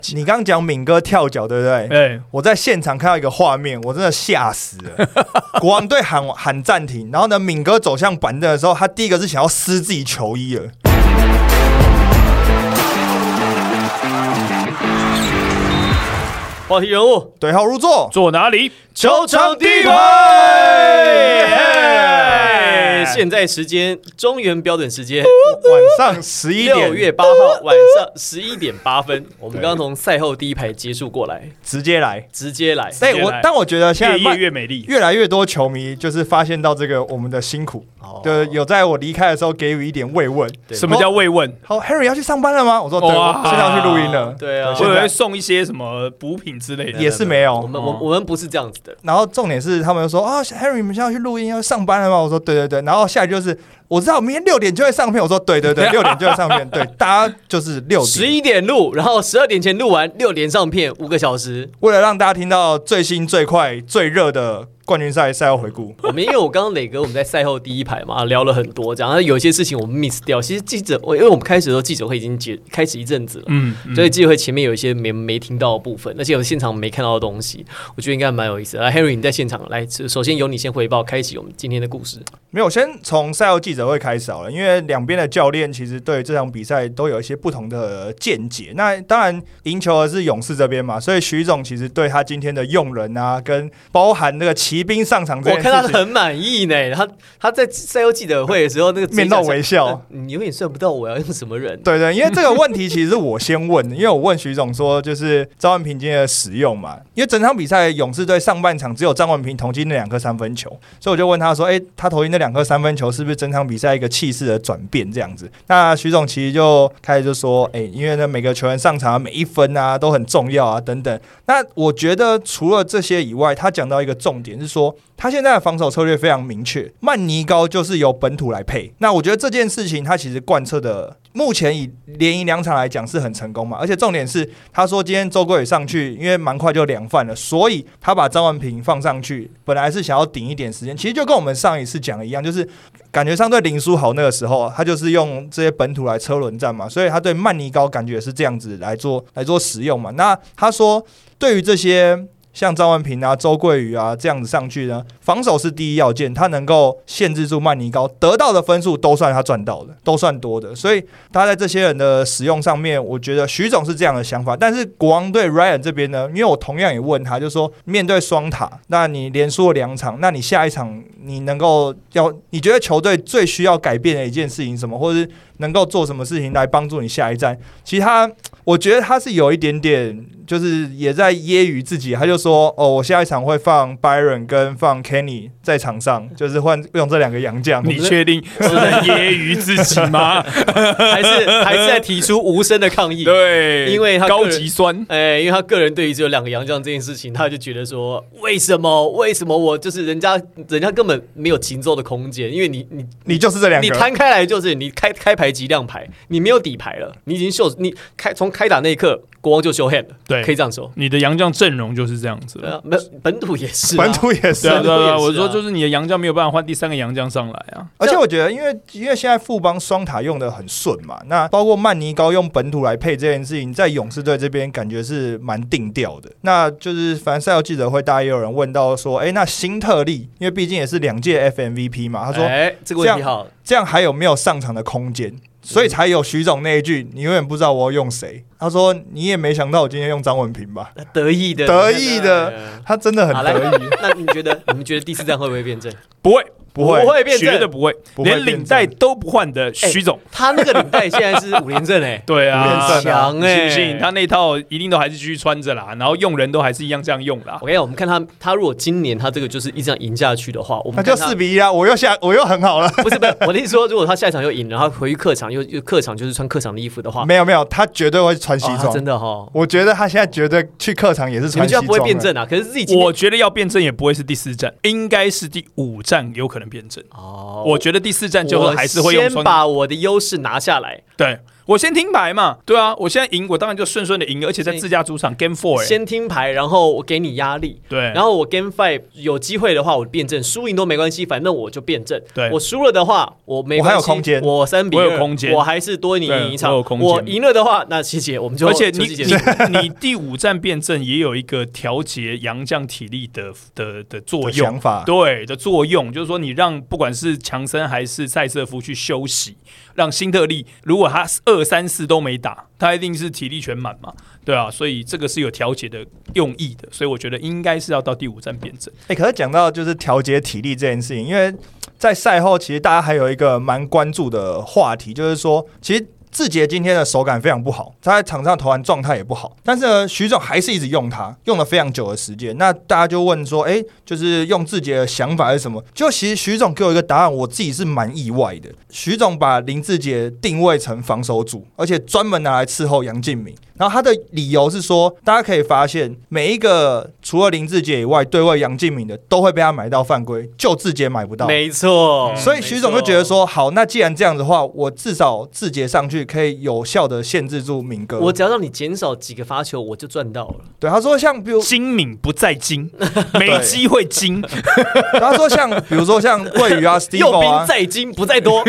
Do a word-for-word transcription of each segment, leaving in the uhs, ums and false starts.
你刚刚讲敏哥跳脚，对不对？ 对， 我在现场看到一个画面，我真的吓死了。国王队喊喊暂停，然后呢，敏哥走向板凳的时候，他第一个是想要撕自己球衣了。 话题人物对号入座， 坐哪里？ 球场地位。现在时间中原标准时间晚上十一点， 六月八号晚上十一点八分，我们刚从赛后第一排结束过来， 直接来， 直接来。 对，我但我觉得现在越夜越美丽， 越来越多球迷就是发现到这个我们的辛苦，哦、就是有在我离开的时候给予一点慰问。 什么叫慰问？ 好 ，Harry 要去上班了吗？我说对，我现在要去录音了。 对啊， 我以为会送一些什么补品之类的， 也是没有。 我们我我们不是这样子的。 然后重点是他们说啊 ，Harry 你们现在要去录音要上班了吗？我说对对对。然后下一句就是。我知道明天六点就会上片，我说对对对，六点就会上片，对，大家就是六点， 十一点录，然后十二点前录完，六点上片，五个小时， 为了让大家听到最新、最快、最热的冠军赛赛后回顾。 我们因为我刚刚磊哥我们在赛后第一排嘛，聊了很多，这样有一些事情我们 miss 掉。其实记者，因为我们开始的时候记者会已经结开始一阵子了，嗯，嗯所以记者会前面有一些没没听到的部分，而且有现场没看到的东西，我觉得应该蛮有意思的。来 ，Harry 你在现场来，首先由你先汇报，开启我们今天的故事。 没有，先从赛后记者会开始好了，因为两边的教练其实对这场比赛都有一些不同的见解。那当然赢球的是勇士这边嘛，所以徐总其实对他今天的用人啊，跟包含那个骑兵上场这件事情， 我看他很满意呢。他他在赛后记者会的时候，那个面露微笑， 你永远算不到我要用什么人。 对对，因为这个问题其实是我先问的，因为我问徐总说，就是张文平今天的使用嘛，因为整场比赛勇士队上半场只有张文平投进那两颗三分球，所以我就问他说，哎、欸，他投进那两颗三分球是不是整场比赛一个气势的转变这样子？那徐总其实就开始就说，哎、欸，因为呢每个球员上场的每一分啊都很重要啊等等。那我觉得除了这些以外，他讲到一个重点是说，他现在的防守策略非常明确，曼尼高就是由本土来配。那我觉得这件事情他其实贯彻的，目前以连赢两场来讲是很成功嘛。而且重点是，他说今天周桂宇上去，因为蛮快就凉饭了，所以他把张文平放上去，本来是想要顶一点时间。其实就跟我们上一次讲的一样，就是感觉上对林书豪那个时候，他就是用这些本土来车轮战嘛，所以他对曼尼高感觉也是这样子来做来做使用嘛。那他说，对于这些像张文平啊、周桂宇啊这样子上去呢，防守是第一要件，他能够限制住曼尼高，得到的分数都算他赚到的，都算多的。所以他在这些人的使用上面，我觉得徐总是这样的想法。但是国王队 Ryan 这边呢，因为我同样也问他，就说面对双塔，那你连输了两场，那你下一场你能够要，你觉得球队最需要改变的一件事情什么，或者是能够做什么事情来帮助你下一站？其实他，我觉得他是有一点点，就是也在揶揄自己。他就说：“哦，我下一场会放 Byron 跟放 Kenny 在场上，就是换用这两个洋将。” 你确定是在揶揄自己吗？ 还是还是在提出无声的抗议？ 对， 因为他高级酸， 哎、欸，因为他个人对于只有两个洋将这件事情，他就觉得说：为什么？为什么我就是人家，人家根本没有擒奏的空间？因为你你你就是这两个， 你摊开来就是你开开牌即亮牌，你没有底牌了，你已经秀，你开从开打那一刻，国王就show hand了，对，可以这样说。 你的洋将阵容就是这样子了， 对啊，本土也是、啊， 本土也是， 对啊对啊对啊，我说就是你的洋将没有办法换第三个洋将上来啊。 而且我觉得，因为因为现在富邦双塔用的很顺嘛，那包括曼尼高用本土来配这件事情，在勇士队这边感觉是蛮定调的。那就是反正赛后记者会，大家也有人问到说，哎、欸，那新特利，因为毕竟也是两届 F M V P 嘛，他说，哎、 欸，这个问题好， 这样还有没有上场的空间？所以才有徐总那一句，你永远不知道我要用谁。他说你也没想到我今天用张文平吧？ 得意的， 得意的，他真的很得意。 那你觉得，你们觉得第四站会不会变正？ 不会。 不会， 不会变正， 绝对不会，连领带都不换的徐总、欸， 他那个领带现在是五连胜哎、欸， 对啊， 强哎、欸， 信不信？他那套一定都还是继续穿着啦，然后用人都还是一样这样用啦。 我跟你讲，我们看他，他如果今年他这个就是一这样赢下去的话，我们他就四比一啊，我又下，我又很好了。 不是不是，我的意思说，如果他下一场又赢，然后回去客场又又客场就是穿客场的衣服的话， 没有没有，他绝对会穿西装、哦， 真的哈、哦。 我觉得他现在绝对去客场也是穿西装。 你们就不会变正啊？可是自己， 我觉得要变正也不会是第四站，应该是第五站有可能变正哦。我觉得第四站就还是会用。 先把我的优势拿下来。 对， 我先听牌嘛，对啊，我现在赢，我当然就顺顺的赢，而且在自家主场 Game Four，、欸、 先听牌，然后我给你压力， 对， 然后我 Game Five 有机会的话，我辩证，输赢都没关系，反正我就辩证。 对， 我输了的话，我没关系， 我还有空间， 我三比二， 我有空间， 我还是多你赢一场。 我, 我赢了的话，那谢谢，我们就而且你你你第五站辩证也有一个调节洋将体力的的的作用， 想法对的作用，就是说你让不管是强森还是塞瑟夫去休息，让辛特利如果他二三四都没打，他一定是体力全满嘛，对啊，所以这个是有调节的用意的，所以我觉得应该是要到第五站辩证。 哎、欸，可是讲到就是调节体力这件事情，因为在赛后其实大家还有一个蛮关注的话题，就是说其实志杰今天的手感非常不好，他在场上投篮状态也不好，但是呢，徐总还是一直用他，用了非常久的时间。那大家就问说，哎、欸，就是用志杰的想法是什么？就其实徐总给我一个答案，我自己是蛮意外的。徐总把林志杰定位成防守组，而且专门拿来伺候杨敬敏。然后他的理由是说，大家可以发现，每一个除了林志杰以外对位杨敬敏的，都会被他买到犯规，就志杰买不到。 没错， 所以徐总就觉得说，好，那既然这样的话，我至少志杰上去可以有效的限制住敏哥。 我只要让你减少几个罚球，我就赚到了。 对，他说像比如精敏不在精，没机会精。 他说像比如说像桂鱼啊 ，Steve 啊， 右兵在精不在多。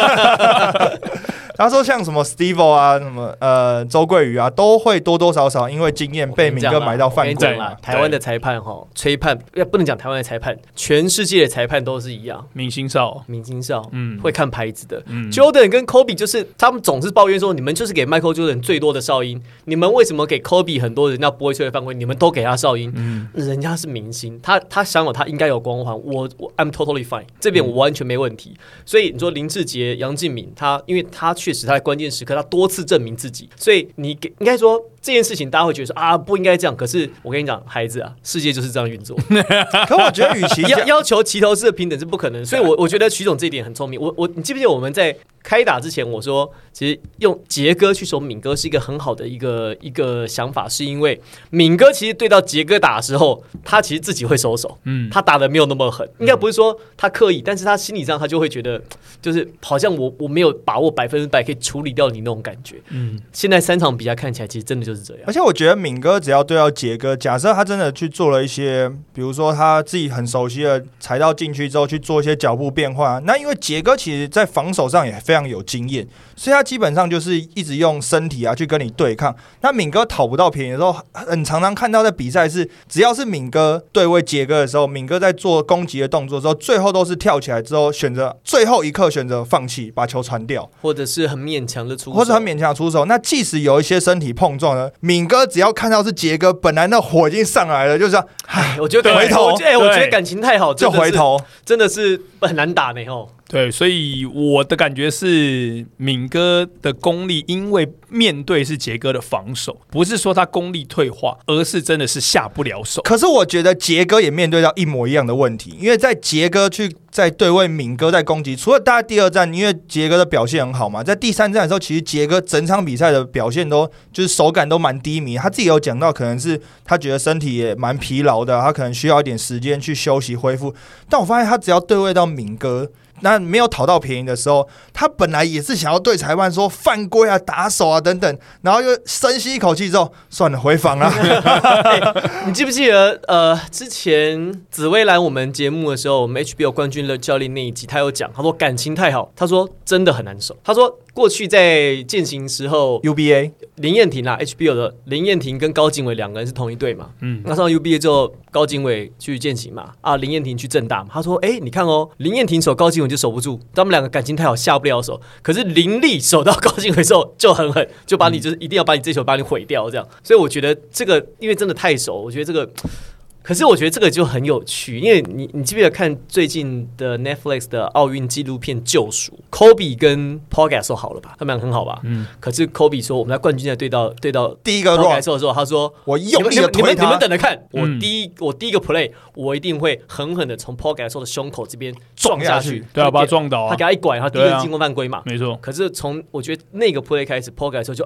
他说像什么 Steve 啊，什么呃周桂宇啊，都会多多少少因为经验被敏哥买到犯规嘛。 台湾的裁判哈，吹判要不能讲台湾的裁判，全世界的裁判都是一样。 明星少， 明星少， 嗯， 会看牌子的。 嗯 Jordan 跟 Kobe 就是他们总是抱怨说，你们就是给 Michael Jordan 最多的哨音，你们为什么给 Kobe 很多人家不会吹的犯规，你们都给他哨音？嗯，人家是明星，他他享有他应该有光环，我我 I'm totally fine， 这边我完全没问题。所以你说林志杰、杨敬敏，他因为他确实他在关键时刻他多次证明自己，所以你给应该说这件事情大家会觉得说啊不应该这样，可是我跟你讲，孩子啊，世界就是这样运作。 可我觉得与其要要求齐头式的平等是不可能，所以我我觉得徐总这一点很聪明。我我你记不记得我们在开打之前我说，其实用杰哥去守敏哥是一个很好的一个一个想法，是因为敏哥其实对到杰哥打的时候，他其实自己会收手，嗯，他打的没有那么狠，应该不是说他刻意，但是他心理上他就会觉得，就是好像我我没有把握百分之百可以处理掉你那种感觉。嗯，现在三场比赛看起来其实真的就是这样。 而且我觉得敏哥只要对到杰哥，假设他真的去做了一些，比如说他自己很熟悉的踩到禁区之后去做一些脚步变化，那因为杰哥其实在防守上也非常有经验，所以他基本上就是一直用身体啊去跟你对抗。那敏哥讨不到便宜的时候，很常常看到在比赛是，只要是敏哥对位杰哥的时候，敏哥在做攻击的动作的时候，最后都是跳起来之后选择最后一刻选择放弃，把球传掉， 或者是很勉强的出手， 或者很勉强的出手。那即使有一些身体碰撞呢，敏哥只要看到是杰哥，本来那火已经上来了，就是唉， 我觉得回头， 哎、欸，我觉得感情太好， 就回头， 真的是很难打呢吼。 对，所以我的感觉是，敏哥的功力，因为面对是杰哥的防守，不是说他功力退化，而是真的是下不了手。 可是我觉得杰哥也面对到一模一样的问题，因为在杰哥去在对位敏哥在攻击，除了大概第二战，因为杰哥的表现很好嘛，在第三战的时候，其实杰哥整场比赛的表现都就是手感都蛮低迷，他自己有讲到，可能是他觉得身体也蛮疲劳的，他可能需要一点时间去休息恢复。但我发现他只要对位到敏哥，那没有讨到便宜的时候，他本来也是想要对裁判说犯规啊、打手啊等等，然后又深吸一口气之后，算了，回防了。 欸、你记不记得呃，之前紫薇来我们节目的时候，我们 H B O 冠军的教练那一集，他有讲，他说感情太好，他说真的很难守，他说过去在践行时候 U B A 林彦廷啊 H B O 的林彦廷跟高景伟两个人是同一队嘛，嗯，那上 U B A 之后，高景伟去践行嘛，啊，林彦廷去政大嘛，他说，哎、欸，你看哦，林彦廷守高景伟就守不住，他们两个感情太好，下不了手，可是林立守到高景伟的时候就很狠，就把你就是一定要把你这球把你毁掉这样，所以我觉得这个因为真的太熟，我觉得这个。可是我觉得这个就很有趣，因为你你记不记得看最近的 Netflix 的奥运纪录片《救赎》 ，Kobe 跟 Paul Gasol 好了吧？他们俩很好吧？嗯。可是 Kobe 说，我们在冠军赛对到对到第一个 Paul Gasol 的时候，他说：“ 我用力的推他， 你们你们等着看，我第一、嗯、我第一个 play， 我一定会狠狠的从 Paul Gasol 的胸口这边撞下去， 对啊，把他撞倒啊， 他给他一拐，他第一个进攻犯规嘛， 没错。 可是从我觉得那个 play 开始 ，Paul Gasol 就哎呦。”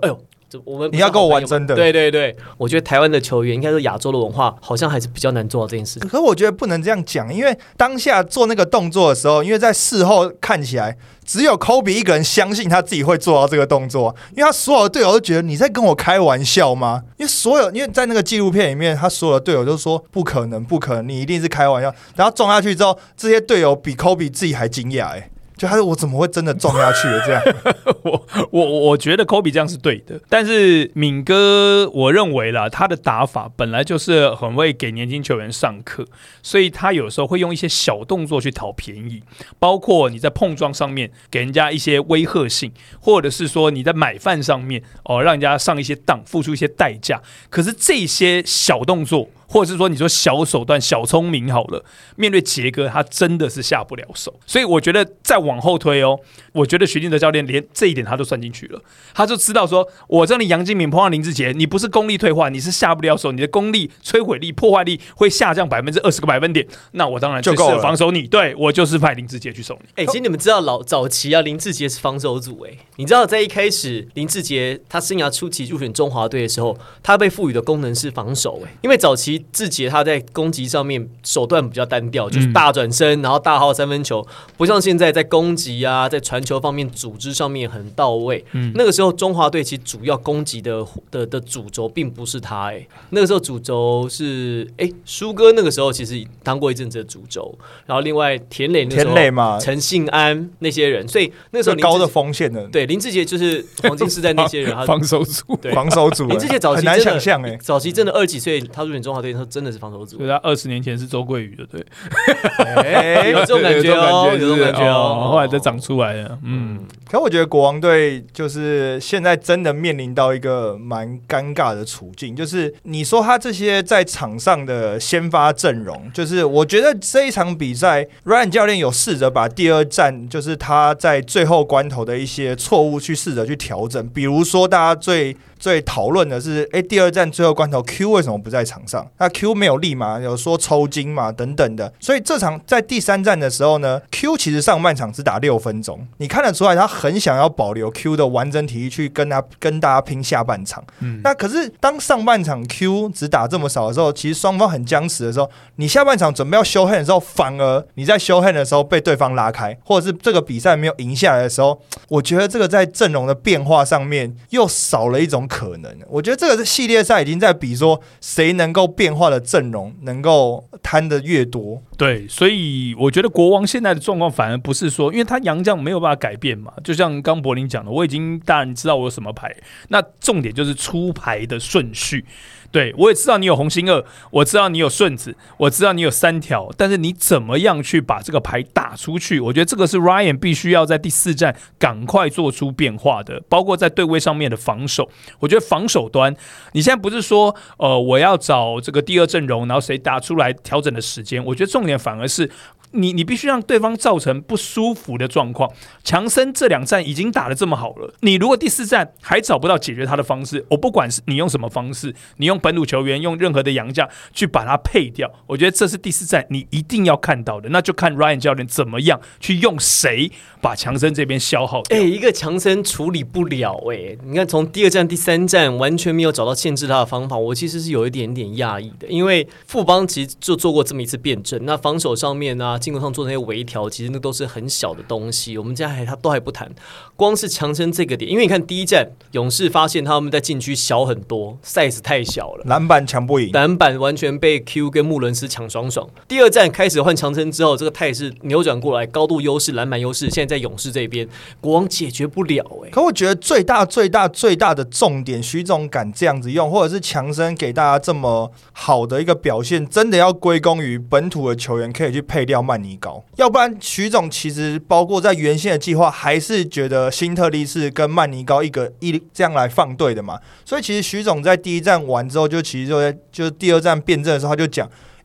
我们你要跟我玩真的， 对对对，我觉得台湾的球员应该说亚洲的文化好像还是比较难做到这件事。 可是我觉得不能这样讲，因为当下做那个动作的时候，因为在事后看起来只有 Kobe 一个人相信他自己会做到这个动作，因为他所有的队友都觉得你在跟我开玩笑吗？因为所有因为在那个纪录片里面，他所有的队友都说不可能不可能，你一定是开玩笑。然后撞下去之后，这些队友比 Kobe 自己还惊讶哎。就他说我怎么会真的撞下去了这样？ 我我我觉得 Kobe 这样是对的，但是敏哥我认为啦，他的打法本来就是很会给年轻球员上课，所以他有时候会用一些小动作去讨便宜，包括你在碰撞上面给人家一些威吓性，或者是说你在买饭上面哦让人家上一些当，付出一些代价。可是这些小动作，或者是说你说小手段、小聪明好了，面对杰哥他真的是下不了手。所以我觉得再往后推哦，我觉得徐静哲教练连这一点他都算进去了，他就知道说，我这里杨敬敏碰到林志杰，你不是功力退化，你是下不了手，你的功力、摧毁力、破坏力会下降百分之二十个百分点，那我当然最适合防守你，对我就是派林志杰去守你。 哎、欸，其实你们知道老早期啊，林志杰是防守组哎、欸，你知道在一开始林志杰他生涯初期入选中华队的时候，他被赋予的功能是防守哎、欸，因为早期志杰他在攻击上面手段比较单调，就是大转身，然后大号三分球，不像现在在攻击啊，在传球方面组织上面很到位。嗯、那个时候中华队其实主要攻击的的的主轴并不是他、欸，那个时候主轴是哎舒哥那个时候其实当过一阵子的主轴，然后另外田磊那时候田磊嘛， 陈信安那些人，所以那个时候高的锋线的， 对林志杰就是黄金时代那些人，他防守组， 防守组， 林志杰早期很难想象哎， 早期真的二十几岁他入选中华队，他真的是防守组， 对他二十年前是周桂宇的，对， 欸、有这种感觉哦，有这种感觉哦， 后来再长出来了，嗯。 可我觉得国王队就是现在真的面临到一个蛮尴尬的处境，就是你说他这些在场上的先发阵容，就是我觉得这一场比赛 Ryan 教练有试着把第二战就是他在最后关头的一些错误去试着去调整，比如说大家最最讨论的是，哎，第二战最后关头 Q 为什么不在场上？那 Q 没有力嘛，有说抽筋嘛等等的，所以这场在第三战的时候呢 ，Q 其实上半场只打六分钟，你看得出来他很想要保留 Q 的完整体力去跟他跟大家拼下半场。嗯、那可是当上半场 Q 只打这么少的时候，其实双方很僵持的时候，你下半场准备要休 hand 的时候，反而你在休 hand 的时候被对方拉开，或者是这个比赛没有赢下来的时候，我觉得这个在阵容的变化上面又少了一种可能。我觉得这个系列赛已经在比说谁能够变化的阵容能够摊得越多。 对，所以我觉得国王现在的状况反而不是说，因为他洋将没有办法改变嘛，就像刚柏林讲的，我已经当然知道我有什么牌，那重点就是出牌的顺序。对，我也知道你有红星二，我知道你有顺子，我知道你有三条，但是你怎么样去把这个牌打出去？我觉得这个是 Ryan 必须要在第四战赶快做出变化的，包括在对位上面的防守。我觉得防守端，你现在不是说呃我要找这个第二阵容，然后谁打出来调整的时间？我觉得重点反而是。你你必须让对方造成不舒服的状况。强森这两战已经打得这么好了，你如果第四战还找不到解决他的方式，我不管是你用什么方式，你用本土球员，用任何的洋将去把它配掉，我觉得这是第四战你一定要看到的。那就看 Ryan 教练怎么样去用谁把强森这边消耗掉。 哎、欸，一个强森处理不了哎、欸，你看从第二战、第三战完全没有找到限制他的方法，我其实是有一点点讶异的，因为富邦其实就做过这么一次辩证，那防守上面啊。进攻上做那些微调，其实那都是很小的东西，我们家还他都还不谈。光是强森这个点，因为你看第一战勇士发现他们在禁区小很多 ，size 太小了， 篮板抢不赢， 篮板完全被 Q 跟穆伦斯抢爽爽。第二战开始换强森之后，这个态势扭转过来，高度优势、篮板优势，现在在勇士这边，国王解决不了哎、欸。 可我觉得最大、最大、最大的重点，徐总敢这样子用，或者是强森给大家这么好的一个表现，真的要归功于本土的球员可以去配掉曼尼高，要不然徐总其实包括在原先的计划还是觉得辛特利是跟曼尼高一个一这样来放队的嘛，所以其实徐总在第一站完之后就其实就在就是第二站辩证的时候他就讲。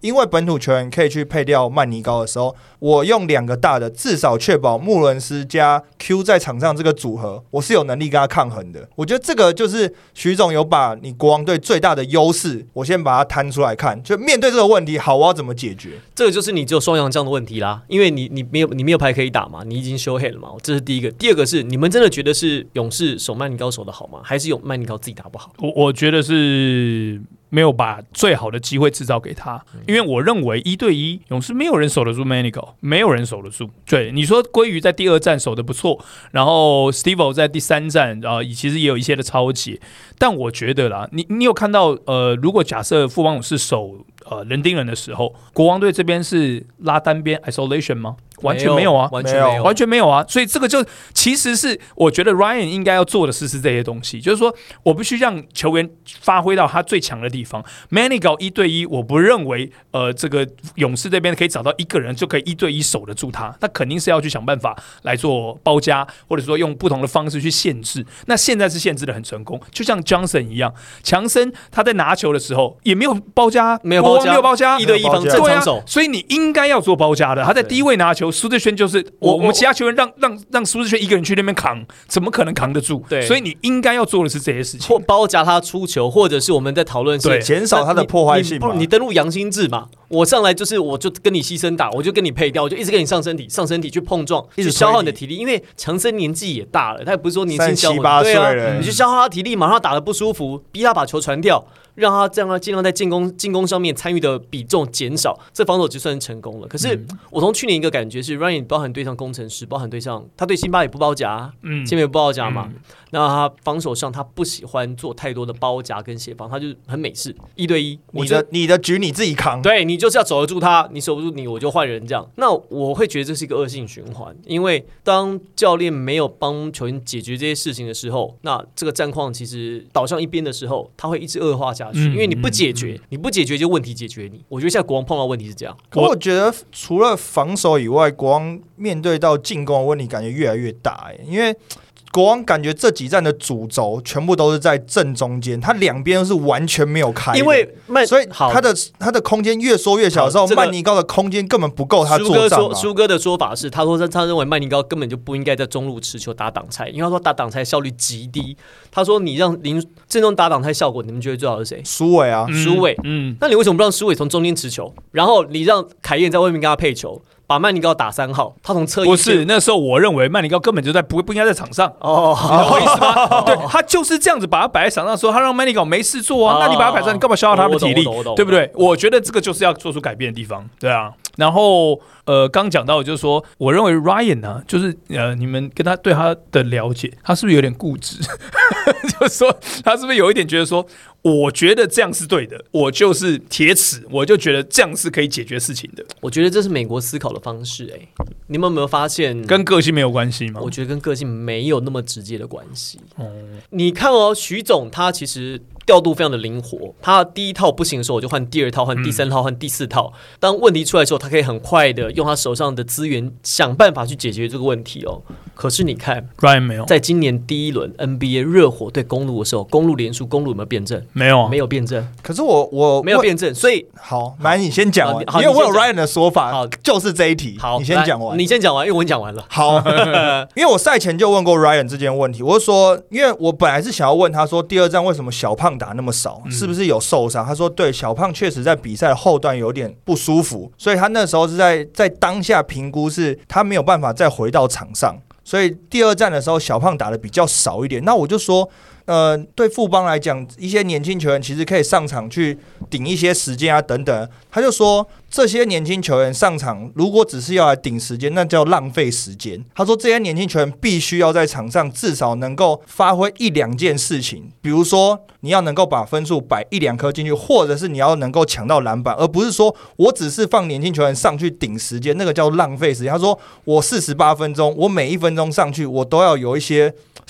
因为本土球员可以去配掉曼尼高的时候，我用两个大的，至少确保穆伦斯加 Q 在场上这个组合，我是有能力跟他抗衡的。我觉得这个就是徐总有把你国王队最大的优势，我先把它摊出来看，就面对这个问题，好，我要怎么解决？ 这个就是你只有双阳将的问题啦，因为你你没有你没有牌可以打嘛，你已经休黑了嘛，这是第一个。第二个是你们真的觉得是勇士守曼尼高守的好吗？还是勇曼尼高自己打不好？ 我我觉得是没有把最好的机会制造给他，因为我认为一对一勇士没有人守得住 Manigo， 没有人守得住。对，你说鲑鱼在第二战守得不错，然后 Steve 在第三战啊、呃，其实也有一些的抄截，但我觉得啦，你你有看到呃，如果假设富邦勇士守呃人盯人的时候，国王队这边是拉单边 isolation 吗？完全没有啊， 完全没有， 完全没有啊！所以这个就其实是我觉得 Ryan 应该要做的事是这些东西，就是说我必须让球员发挥到他最强的地方。Manigo 一对一，我不认为呃这个勇士这边可以找到一个人就可以一对一守得住他，那肯定是要去想办法来做包夹，或者说用不同的方式去限制。那现在是限制的很成功，就像 Johnson 一样，强森他在拿球的时候也没有包夹， 没有包夹， 没有包夹， 一对一防正常守、 啊，所以你应该要做包夹的。他在低位拿球。苏志轩就是我，我们其他球员让让让苏志轩一个人去那边扛，怎么可能扛得住？对，所以你应该要做的是这些事情， 或包夹他出球，或者是我们在讨论是减少他的破坏性嘛。 你, 你, 你登录杨新志嘛，我上来就是我就跟你牺牲打，我就跟你配掉，我就一直跟你上身体，上身体去碰撞，去消耗你的体力。因为强森年纪也大了，他也不是说年轻小伙， 对啊， 你去消耗他体力，马上打得不舒服，逼他把球传掉。让他这样尽量在进攻进攻上面参与的比重减少，这防守就算成功了。可是我从去年一个感觉是 ，Ryan 包含对上工程师，包含对上他对辛巴也不包夹，嗯，前面也不包夹嘛。嗯、那他防守上他不喜欢做太多的包夹跟协防，他就很美式一对一。 你的你的局你自己扛， 对你就是要守得住他，你守不住你我就换人这样。那我会觉得这是一个恶性循环，因为当教练没有帮球员解决这些事情的时候，那这个战况其实倒向一边的时候，他会一直恶化下去，嗯、因为你不解决，你不解决就问题解决你。我觉得现在国王碰到问题是这样。 可我觉得除了防守以外，国王面对到进攻的问题感觉越来越大、欸，因为国王感觉这几站的主轴全部都是在正中间，他两边都是完全没有开的， 因为所以他的他的空间越缩越小的时候，这个、曼尼高的空间根本不够他做账嘛。 苏哥的说法是，他说他认为曼尼高根本就不应该在中路持球打挡拆，因为他说打挡拆效率极低。他说你让林这种打挡拆效果，你们觉得最好是谁？ 苏伟啊， 苏伟。嗯，那你为什么不让苏伟从中间持球，然后你让凯燕在外面跟他配球？把曼尼高打三号，他从侧翼不是那时候，我认为曼尼高根本就在不不应该在场上哦，你懂我意思吗？对，他就是这样子把他摆在场上的时候，他让曼尼高没事做啊，那你把他摆上，你干嘛消耗他的体力？对不对？我觉得这个就是要做出改变的地方，对啊。然后呃，刚讲到就是说，我认为 Ryan 呢、啊，就是呃，你们跟他对他的了解，他是不是有点固执？就是说，他是不是有一点觉得说，我觉得这样是对的，我就是铁齿，我就觉得这样是可以解决事情的。 我觉得这是美国思考的方式、欸，哎，你们有没有发现跟个性没有关系吗？ 我觉得跟个性没有那么直接的关系。哦，你看哦，徐总他其实调度非常的灵活，他第一套不行的时候，我就换第二套、换第三套、换第四套。当问题出来的时候，他可以很快的用他手上的资源想办法去解决这个问题哦。可是你看 ，Ryan 没有在今年第一轮 N B A 热火对公鹿的时候，公鹿连输，公鹿有没有辩证？ 没有、啊， 没有辩证。 可是我我没有辩证，所以好，来你先讲完，因为我有 Ryan 的说法，好，就是这一题。 好， 你先讲完， 你先讲完，因为我已经讲完了。 好，因为我赛前就问过 Ryan 这件问题，我就说，因为我本来是想要问他说，第二站为什么小胖打那么少，嗯、是不是有受伤？他说，对，小胖确实在比赛后段有点不舒服，所以他那时候是在在当下评估是他没有办法再回到场上。所以第二站的时候，小胖打的比较少一点。那我就说，呃，对富邦来讲，一些年轻球员其实可以上场去顶一些时间啊，等等。他就说，这些年轻球员上场，如果只是要来顶时间，那叫浪费时间。他说，这些年轻球员必须要在场上至少能够发挥一两件事情，比如说你要能够把分数摆一两颗进去，或者是你要能够抢到篮板，而不是说我只是放年轻球员上去顶时间，那个叫浪费时间。他说，我四十八分钟，我每一分钟上去，我都要有一些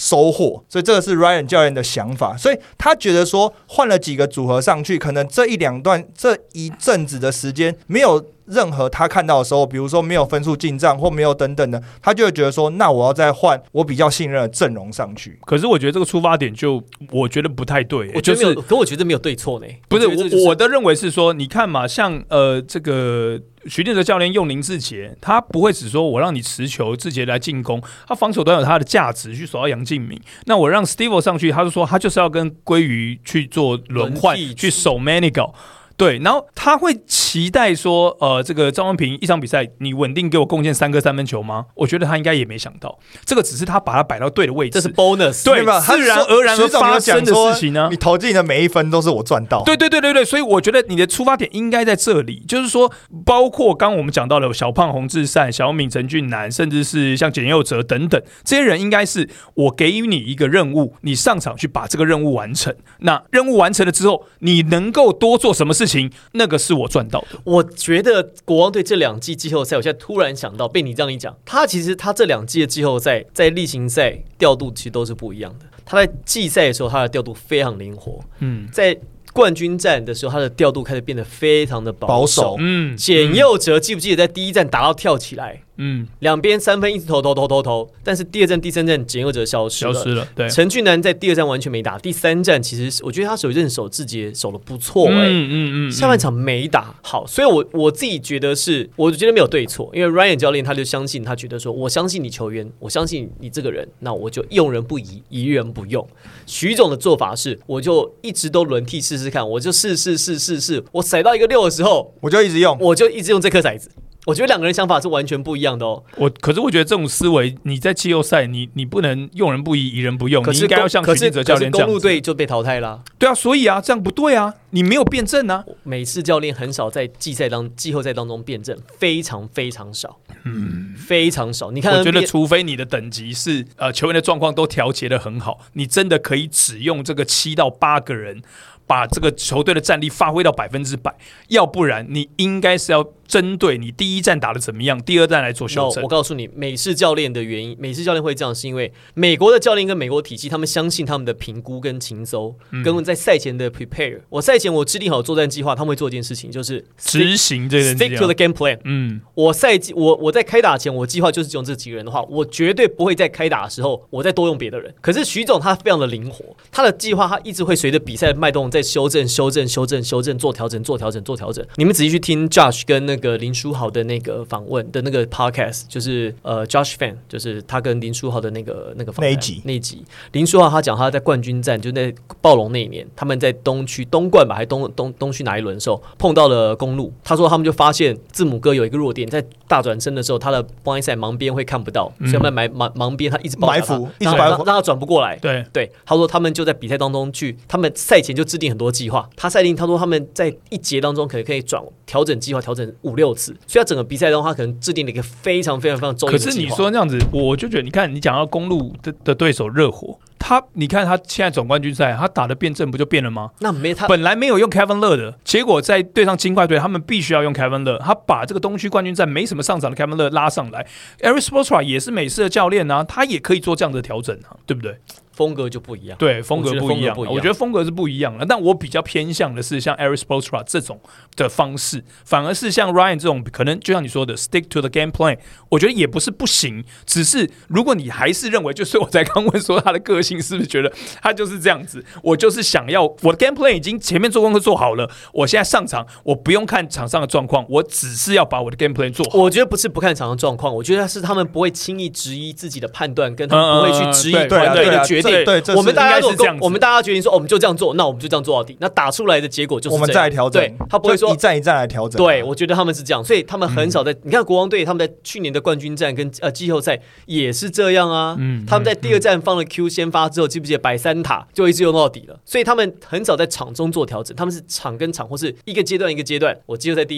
收获，所以这个是 Ryan 教练的想法，所以他觉得说换了几个组合上去，可能这一两段这一阵子的时间没有任何他看到的时候，比如说没有分数进账或没有等等的，他就会觉得说，那我要再换我比较信任的阵容上去。 可是我觉得这个出发点就我觉得不太对、欸， 我觉得没有， 就是、 可我觉得没有对错呢。 不是我、 就是、 我的认为是说，你看嘛，像呃这个徐定哲教练用林志杰，他不会只说我让你持球，志杰来进攻，他防守端有他的价值去守到杨敬敏。那我让 Steve 上去，他就说他就是要跟鲑鱼去做轮换，去守 Manigault。对，然后他会期待说，呃，这个张文平一场比赛你稳定给我贡献三颗三分球吗？我觉得他应该也没想到，这个只是他把他摆到对的位置， 这是 bonus， 对，自然而然而发生的事情呢。 你投进的每一分都是我赚到。 对对对对对，所以我觉得你的出发点应该在这里，就是说，包括刚刚我们讲到的小胖洪志善、小敏陈俊南，甚至是像简佑哲等等这些人，应该是我给予你一个任务，你上场去把这个任务完成。那任务完成了之后，你能够多做什么事情？那个是我赚到的。 我觉得国王队这两季季后赛，我现在突然想到，被你这样一讲，他其实他这两季的季后赛在例行赛调度其实都是不一样的。他在季赛的时候，他的调度非常灵活。嗯，在冠军战的时候，他的调度开始变得非常的保守。 保守嗯，简佑哲记不记得在第一战打到跳起来？嗯，两边三分一直投投投投投，但是第二站、第三站简佑哲消失了， 消失了。对， 陈俊南在第二站完全没打，第三站其实我觉得他守一阵守志杰守的不错哎、欸，嗯嗯嗯，下半场没打好，所以我我自己觉得是，我觉得没有对错，因为 Ryan 教练他就相信，他觉得说，我相信你球员，我相信你这个人，那我就用人不疑，疑人不用。徐总的做法是，我就一直都轮替试试看，我就试试试试试，我骰到一个六的时候， 我就一直用， 我就一直用这颗骰子。我觉得两个人想法是完全不一样的哦。 我可是我觉得这种思维，你在季后赛，你你不能用人不疑，疑人不用，你应该要像许晋哲教练这样子。 可是公路队就被淘汰啦。 对啊，所以啊，这样不对啊，你没有辩证啊。 美式教练很少在季赛当季后赛当中辩证，非常非常少，嗯，非常少。你看， 我觉得除非你的等级是呃球员的状况都调节得很好，你真的可以只用这个七到八个人。把这个球队的战力发挥到百分之百，要不然你应该是要针对你第一站打得怎么样，第二站来做修正。 No, 我告诉你，美式教练的原因，美式教练会这样，是因为美国的教练跟美国体系，他们相信他们的评估跟情搜，嗯、跟在赛前的 prepare。我赛前我制定好作战计划，他们会做一件事情，就是执行这件事情 stick to the game plan。嗯，我赛季我我在开打前，我计划就是用这几个人的话，我绝对不会在开打的时候我再多用别的人。可是徐总他非常的灵活，他的计划他一直会随着比赛的脉动在修正、修正、修正、修正，做调整、做调整、做调整。你们仔细去听 Josh 跟那个林书豪的那个访问的那个 podcast， 就是呃 Josh Fan， 就是他跟林书豪的那个那个访谈那一集那一集，林书豪他讲他在冠军战，就在暴龙那一年，他们在东区东冠吧，还东东东区哪一轮的时候碰到了公路，他说他们就发现字母哥有一个弱点，在大转身的时候，他的 blind side 盲边会看不到，嗯、所以他们埋盲盲边他一直埋伏，一直让让他转不过来。 对对，他说他们就在比赛当中去，他们赛前就制定很多计划。他赛定他说他们在一节当中可能可以转调整计划，调整五六次，所以他整个比赛当中他可能制定了一个非常非常非常周延的计划。 可是你说这样子，我就觉得你看你讲到公路 的, 的对手热火。他，你看他现在总冠军赛，他打的辩证不就变了吗？ 那没他本来没有用 Kevin Love 的，结果在对上金块队，他们必须要用 Kevin Love， 他把这个东区冠军战没什么上场的 Kevin Love 拉上来。Eric Spoelstra 也是美式的教练啊，他也可以做这样的调整啊，对不对？ 风格就不一样， 对，风格不一样。我觉得风格是不一样的，但我比较偏向的是像 Eric Spoelstra 这种的方式，反而是像 Ryan 这种，可能就像你说的 stick to the game plan， 我觉得也不是不行，只是如果你还是认为，就是我才刚问说他的个性是不是觉得他就是这样子，我就是想要我的 game plan 已经前面做功课做好了，我现在上场我不用看场上的状况，我只是要把我的 game plan 做好。 我觉得不是不看场上状况，我觉得是他们不会轻易质疑自己的判断，跟他们不会去质疑团队的决定。 对，对， 我们大家都我们大家决定说，哦，我们就这样做，那我们就这样做到底。那打出来的结果就是这样， 我们再来调整。 对，他不会说一站一站来调整。 对，我觉得他们是这样，所以他们很少在。嗯、你看国王队，他们在去年的冠军战跟呃季后赛也是这样啊。嗯，他们在第二站放了 Q 先发之后，记不记得摆三塔就一直用到底了？所以他们很少在场中做调整，他们是场跟场或是一个阶段一个阶段。我季后赛第一轮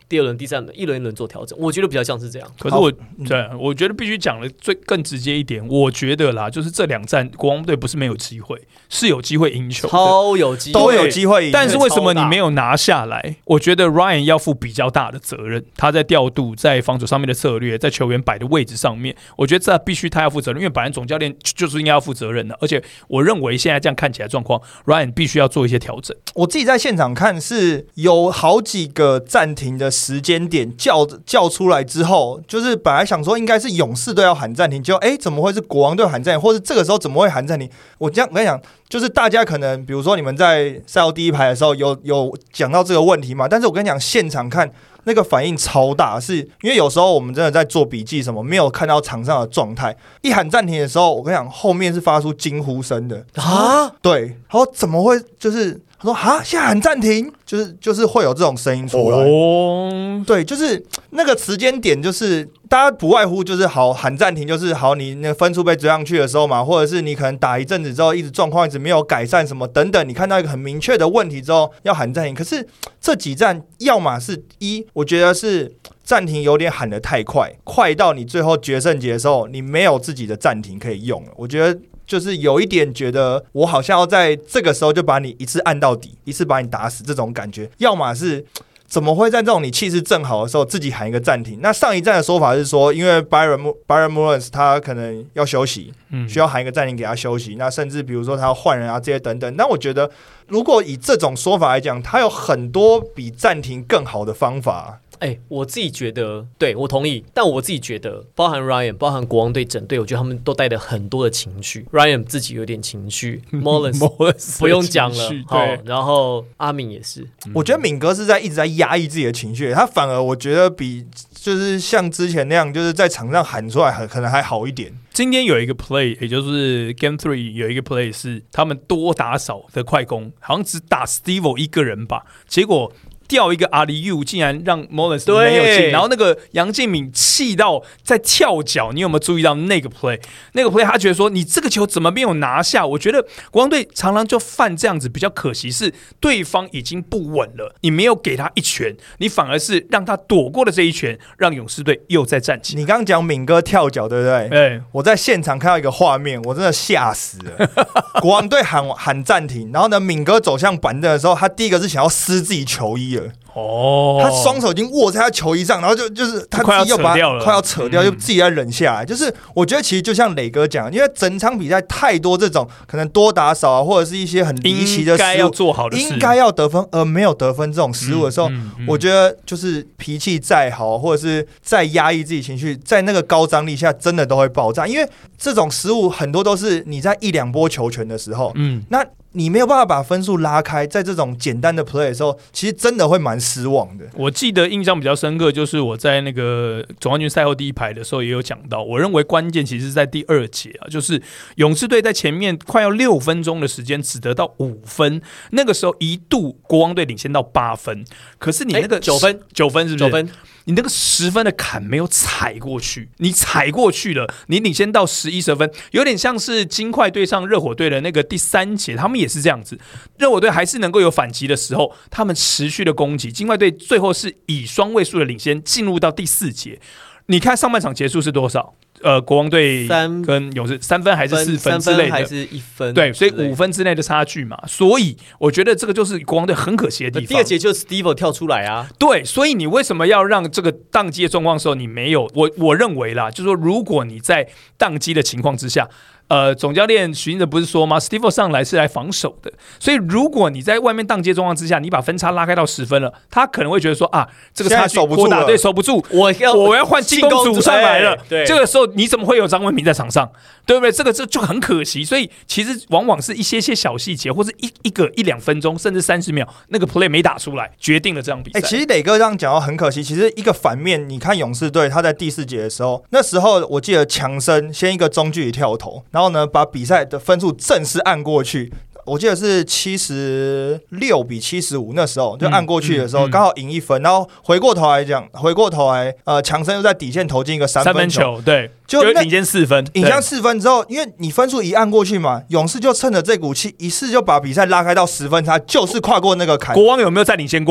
第二轮、第三轮一轮一轮做调整，我觉得比较像是这样。 可是我对，我觉得必须讲的最更直接一点，我觉得啦，就是这两战国王队不是没有机会，是有机会赢球的， 超有机会， 都有机会赢。 但是为什么你没有拿下来？我觉得 Ryan 要负比较大的责任，他在调度、在防守上面的策略、在球员摆的位置上面，我觉得这必须他要负责任，因为本来总教练就是应该要负责任的。而且我认为现在这样看起来状况 ，Ryan 必须要做一些调整。 我自己在现场看是有好几个暂停的时间点叫叫出来之后，就是本来想说应该是勇士队要喊暂停，结果哎怎么会是国王队喊暂停，或是这个时候怎么会喊暂停？我这样我跟你讲，就是大家可能比如说你们在赛后第一排的时候有有讲到这个问题嘛，但是我跟你讲现场看。那个反应超大，是因为有时候我们真的在做笔记什么，没有看到场上的状态。一喊暂停的时候，我跟你讲，后面是发出惊呼声的啊！对，他说怎么会？就是他说啊，现在喊暂停，就是就是会有这种声音出来。哦，对，就是那个时间点，就是大家不外乎就是好喊暂停，就是好你那个分数被追上去的时候嘛，或者是你可能打一阵子之后，一直状况一直没有改善什么等等，你看到一个很明确的问题之后要喊暂停。可是这几站，要么是一。我觉得是暂停有点喊得太快，快到你最后决胜节的时候，你没有自己的暂停可以用了。我觉得就是有一点觉得我好像要在这个时候就把你一次按到底，一次把你打死这种感觉。要么是怎么会在这种你气势正好的时候自己喊一个暂停？那上一站的说法是说，因为 Byron Byron Mullins 他可能要休息，需要喊一个暂停给他休息。那甚至比如说他要换人啊这些等等。那我觉得如果以这种说法来讲，他有很多比暂停更好的方法。 哎、欸，我自己觉得，对我同意，但我自己觉得，包含 Ryan， 包含国王队整队，我觉得他们都带着很多的情绪。Ryan 自己有点情绪 ，Mullins 不用讲了，对，然后阿敏也是。 我觉得敏哥是在一直在压抑自己的情绪，他反而我觉得比就是像之前那样，就是在场上喊出来，可能还好一点。 今天有一个 play， 也就是 Game Three 有一个 play 是他们多打少的快攻，好像只打 Steve 一个人吧，结果。掉一个阿里 U 竟然让 Mullins 没有进，然后那个杨敬敏气到在跳脚，你有没有注意到那个 play？ 那个 play 他觉得说你这个球怎么没有拿下？我觉得国王队常常就犯这样子比较可惜，是对方已经不稳了，你没有给他一拳，你反而是让他躲过了这一拳，让勇士队又再站起来。 你刚刚讲敏哥跳脚对不对？ 对， 我在现场看到一个画面，我真的吓死了。国王队喊喊暂停，然后呢，敏哥走向板凳的时候，他第一个是想要撕自己球衣了。哦，他双手已经握在他球衣上，然后就就是他自己又把它快要扯掉，就自己在忍下来。就是我觉得其实就像磊哥讲，因为整场比赛太多这种可能多打少啊，或者是一些很离奇的失误，应该要做好的事， 应该要得分而没有得分这种失误的时候，嗯嗯嗯、我觉得就是脾气再好，或者是再压抑自己情绪，在那个高张力下，真的都会爆炸。因为这种失误很多都是你在一两波球权的时候，嗯，那。你没有办法把分数拉开，在这种简单的 play 的时候，其实真的会蛮失望的。 我记得印象比较深刻，就是我在那个总冠军赛后第一排的时候也有讲到，我认为关键其实是在第二节啊，就是勇士队在前面快要六分钟的时间只得到五分，那个时候一度国王队领先到八分，可是你那个九、欸、分九分是不是？ 九分。 你那个十分的坎没有踩过去，你踩过去了，你领先到十一十分，有点像是金块对上热火队的那个第三节，他们也是这样子。热火队还是能够有反击的时候，他们持续的攻击，金块队最后是以双位数的领先进入到第四节。你看上半场结束是多少？呃，国王队跟勇士三分还是四分之类的， 还是一分？ 对，所以五分之内的差距嘛。所以我觉得这个就是国王队很可惜的地方。 第二节就是 Steve 跳出来啊， 对，所以你为什么要让这个宕机的状况的时候你没有？我我认为啦，就是说如果你在宕机的情况之下。呃，总教练许晋哲不是说吗 ？Steve 上来是来防守的，所以如果你在外面当街状况之下，你把分差拉开到十分了，他可能会觉得说啊，这个差距我打对守不住， 我要我要换进攻组上来了。 对， 这个时候你怎么会有张文平在场上？对不对？这个这就很可惜。所以其实往往是一些些小细节，或者一一个一两分钟，甚至三十秒，那个 play 没打出来，决定了这场比赛。 欸、其实磊哥这样讲到很可惜。其实一个反面，你看勇士队他在第四节的时候，那时候我记得强森先一个中距离跳投，然后呢把比赛的分数正式按过去，我记得是七十六比七十五，那时候就按过去的时候，刚、嗯嗯、好赢一分。然后回过头来讲，回过头来，呃，强森又在底线投进一个三分球， 三分球对，就领先四分， 领先四分之后，因为你分数一按过去嘛，勇士就趁着这股气，一次就把比赛拉开到十分差，就是跨过那个坎。 国王有没有再领先过？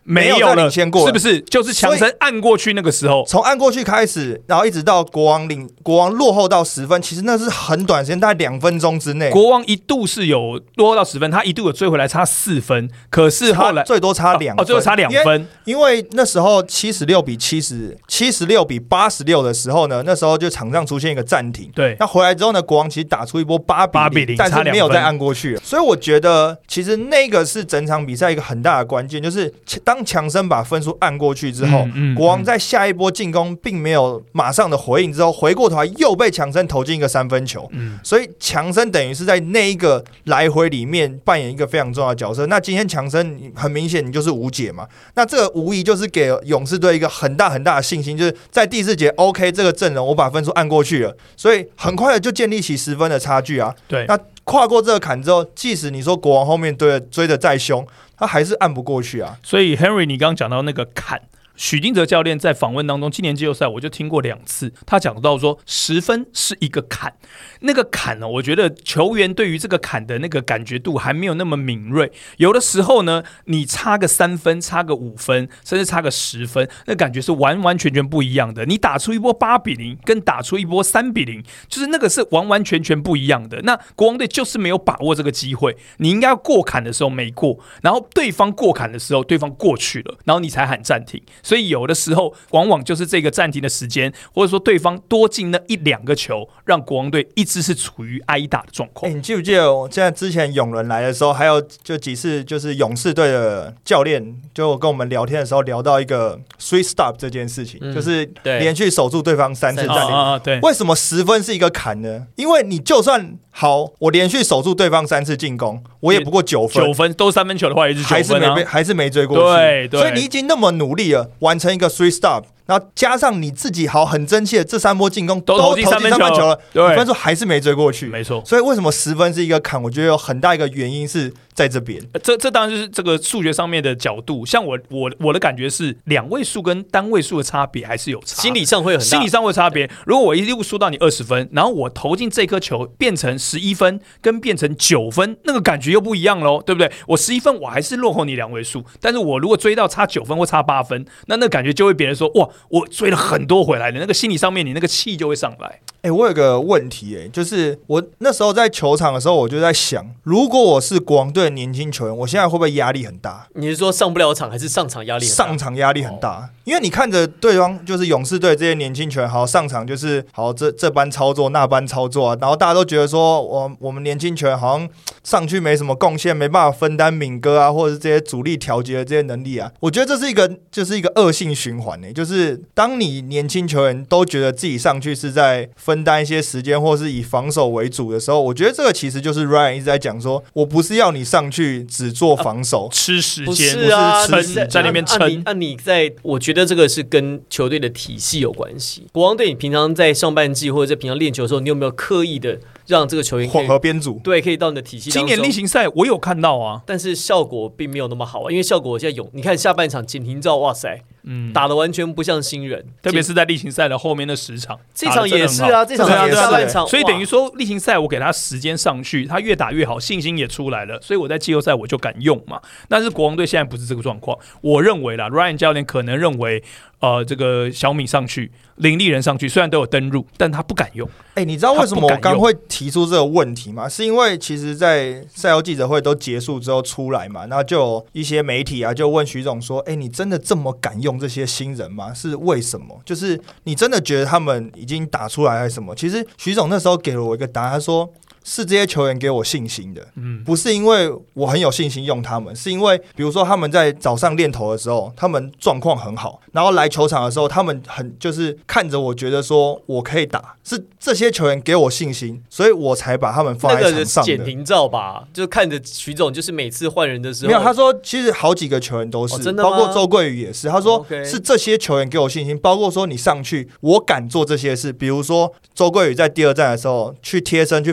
没有再领先过， 是不是？就是强森按过去那个时候， 从按过去开始，然后一直到国王领国王落后到十分，其实那是很短时间，大概两分钟之内。 国王一度是有落后到十分，他一度有追回来差四分，可是后来最多差两分， 哦，最多差两分， 因为那时候七十六比七十，七十六比八十六的时候呢，那时候就场上出现一个暂停。 对， 那回来之后呢，国王其实打出一波八比零，但是没有再按过去了。所以我觉得，其实那个是整场比赛一个很大的关键，就是当强森把分数按过去之后，嗯嗯、国王在下一波进攻并没有马上的回应之后，回过头来又被强森投进一个三分球。嗯、所以强森等于是在那一个来回里面扮演一个非常重要的角色。那今天强森很明显你就是无解嘛，那这个无疑就是给勇士队一个很大很大的信心，就是在第四节 OK 这个阵容我把分数按过去了，所以很快的就建立起十分的差距啊。 对， 那跨过这个坎之后，即使你说国王后面追的追的再凶，他还是按不过去啊。 所以 Henry 你刚刚讲到那个坎，许金哲教练在访问当中，今年季后赛我就听过两次，他讲到说十分是一个坎，那个坎呢，我觉得球员对于这个坎的那个感觉度还没有那么敏锐，有的时候呢，你差个三分，差个五分，甚至差个十分，那感觉是完完全全不一样的。你打出一波八比零，跟打出一波三比零，就是那个是完完全全不一样的。那国王队就是没有把握这个机会，你应该要过坎的时候没过，然后对方过坎的时候，对方过去了，然后你才喊暂停。所以有的时候，往往就是这个暂停的时间，或者说对方多进那一两个球，让国王队一直是处于挨打的状况。 欸、你记不记得我现在之前勇人来的时候，还有就几次就是勇士队的教练就跟我们聊天的时候聊到一个 three stop 这件事情，嗯、就是连续守住对方三次暂停。 啊啊对， 为什么十分是一个坎呢？因为你就算好，我连续守住对方三次进攻，我也不过九分， 九分都三分球的话也是九分、啊、 还是没还是没追过去。 对对， 所以你已经那么努力了，完成一个 three stop。然后加上你自己好很争气的这三波进攻都投进三分球了， 你分数还是没追过去， 没错。 所以为什么十分是一个坎？我觉得有很大一个原因是在这边。 这这当然就是这个数学上面的角度。像我我我的感觉是两位数跟单位数的差别还是有差， 心理上会有很大， 心理上会有差别。如果我一路输到你二十分，然后我投进这颗球变成十一分，跟变成九分，那个感觉又不一样喽，对不对？我十一分我还是落后你两位数，但是我如果追到差九分或差八分，那那感觉就会别人说哇，我追了很。很多回来的那个心理上面，你那个气就会上来。 哎、欸，我有个问题、欸，哎，就是我那时候在球场的时候，我就在想，如果我是国王队的年轻球员，我现在会不会压力很大？ 你是说上不了场，还是上场压力很大？ 上场压力很大，哦、因为你看着对方就是勇士队这些年轻球员，好上场就是好这这般操作那般操作啊，然后大家都觉得说我我们年轻球员好像上去没什么贡献，没办法分担敏哥啊，或者是这些主力调节的这些能力啊，我觉得这是一个就是一个恶性循环呢、欸，就是当你年轻球员都觉得自己上去是在分担一些时间，或是以防守为主的时候，我觉得这个其实就是 Ryan 一直在讲说，我不是要你上去只做防守，啊、 吃时间， 不是啊， 不是在那边撑。 按你按你在，我觉得这个是跟球队的体系有关系。国王队，你平常在上半季或者在平常练球的时候，你有没有刻意的让这个球员混合编组？ 对，可以到你的体系当中。 今年例行赛我有看到啊， 但是效果并没有那么好啊，因为效果现在有，你看下半场简廷照，哇塞。嗯，打得完全不像新人， 特别是在例行赛的后面的十场， 这场也是啊，这场也是下半场， 所以等于说例行赛我给他时间上去，他越打越好，信心也出来了，所以我在季后赛我就敢用嘛。但是国王队现在不是这个状况，我认为啦 ，Ryan 教练可能认为，呃，这个小米上去，林立人上去，虽然都有登入，但他不敢用。 哎、欸，你知道为什么我刚会提出这个问题吗？是因为其实，在赛后记者会都结束之后出来嘛，然后就有一些媒体啊，就问徐总说：“哎、欸，你真的这么敢用这些新人吗？是为什么？就是你真的觉得他们已经打出来还是什么？”其实徐总那时候给了我一个答案，他说：“是这些球员给我信心的，嗯，不是因为我很有信心用他们，是因为比如说他们在早上练投的时候，他们状况很好，然后来球场的时候，他们很就是看着我觉得说我可以打，是这些球员给我信心，所以我才把他们放在场上的。” 那个简廷照吧，就看着徐总，就是每次换人的时候， 没有他说，其实好几个球员都是，哦、真的吗？包括周桂宇也是。他说、哦 okay、是这些球员给我信心，包括说你上去，我敢做这些事，比如说周桂宇在第二站的时候去贴身去防守。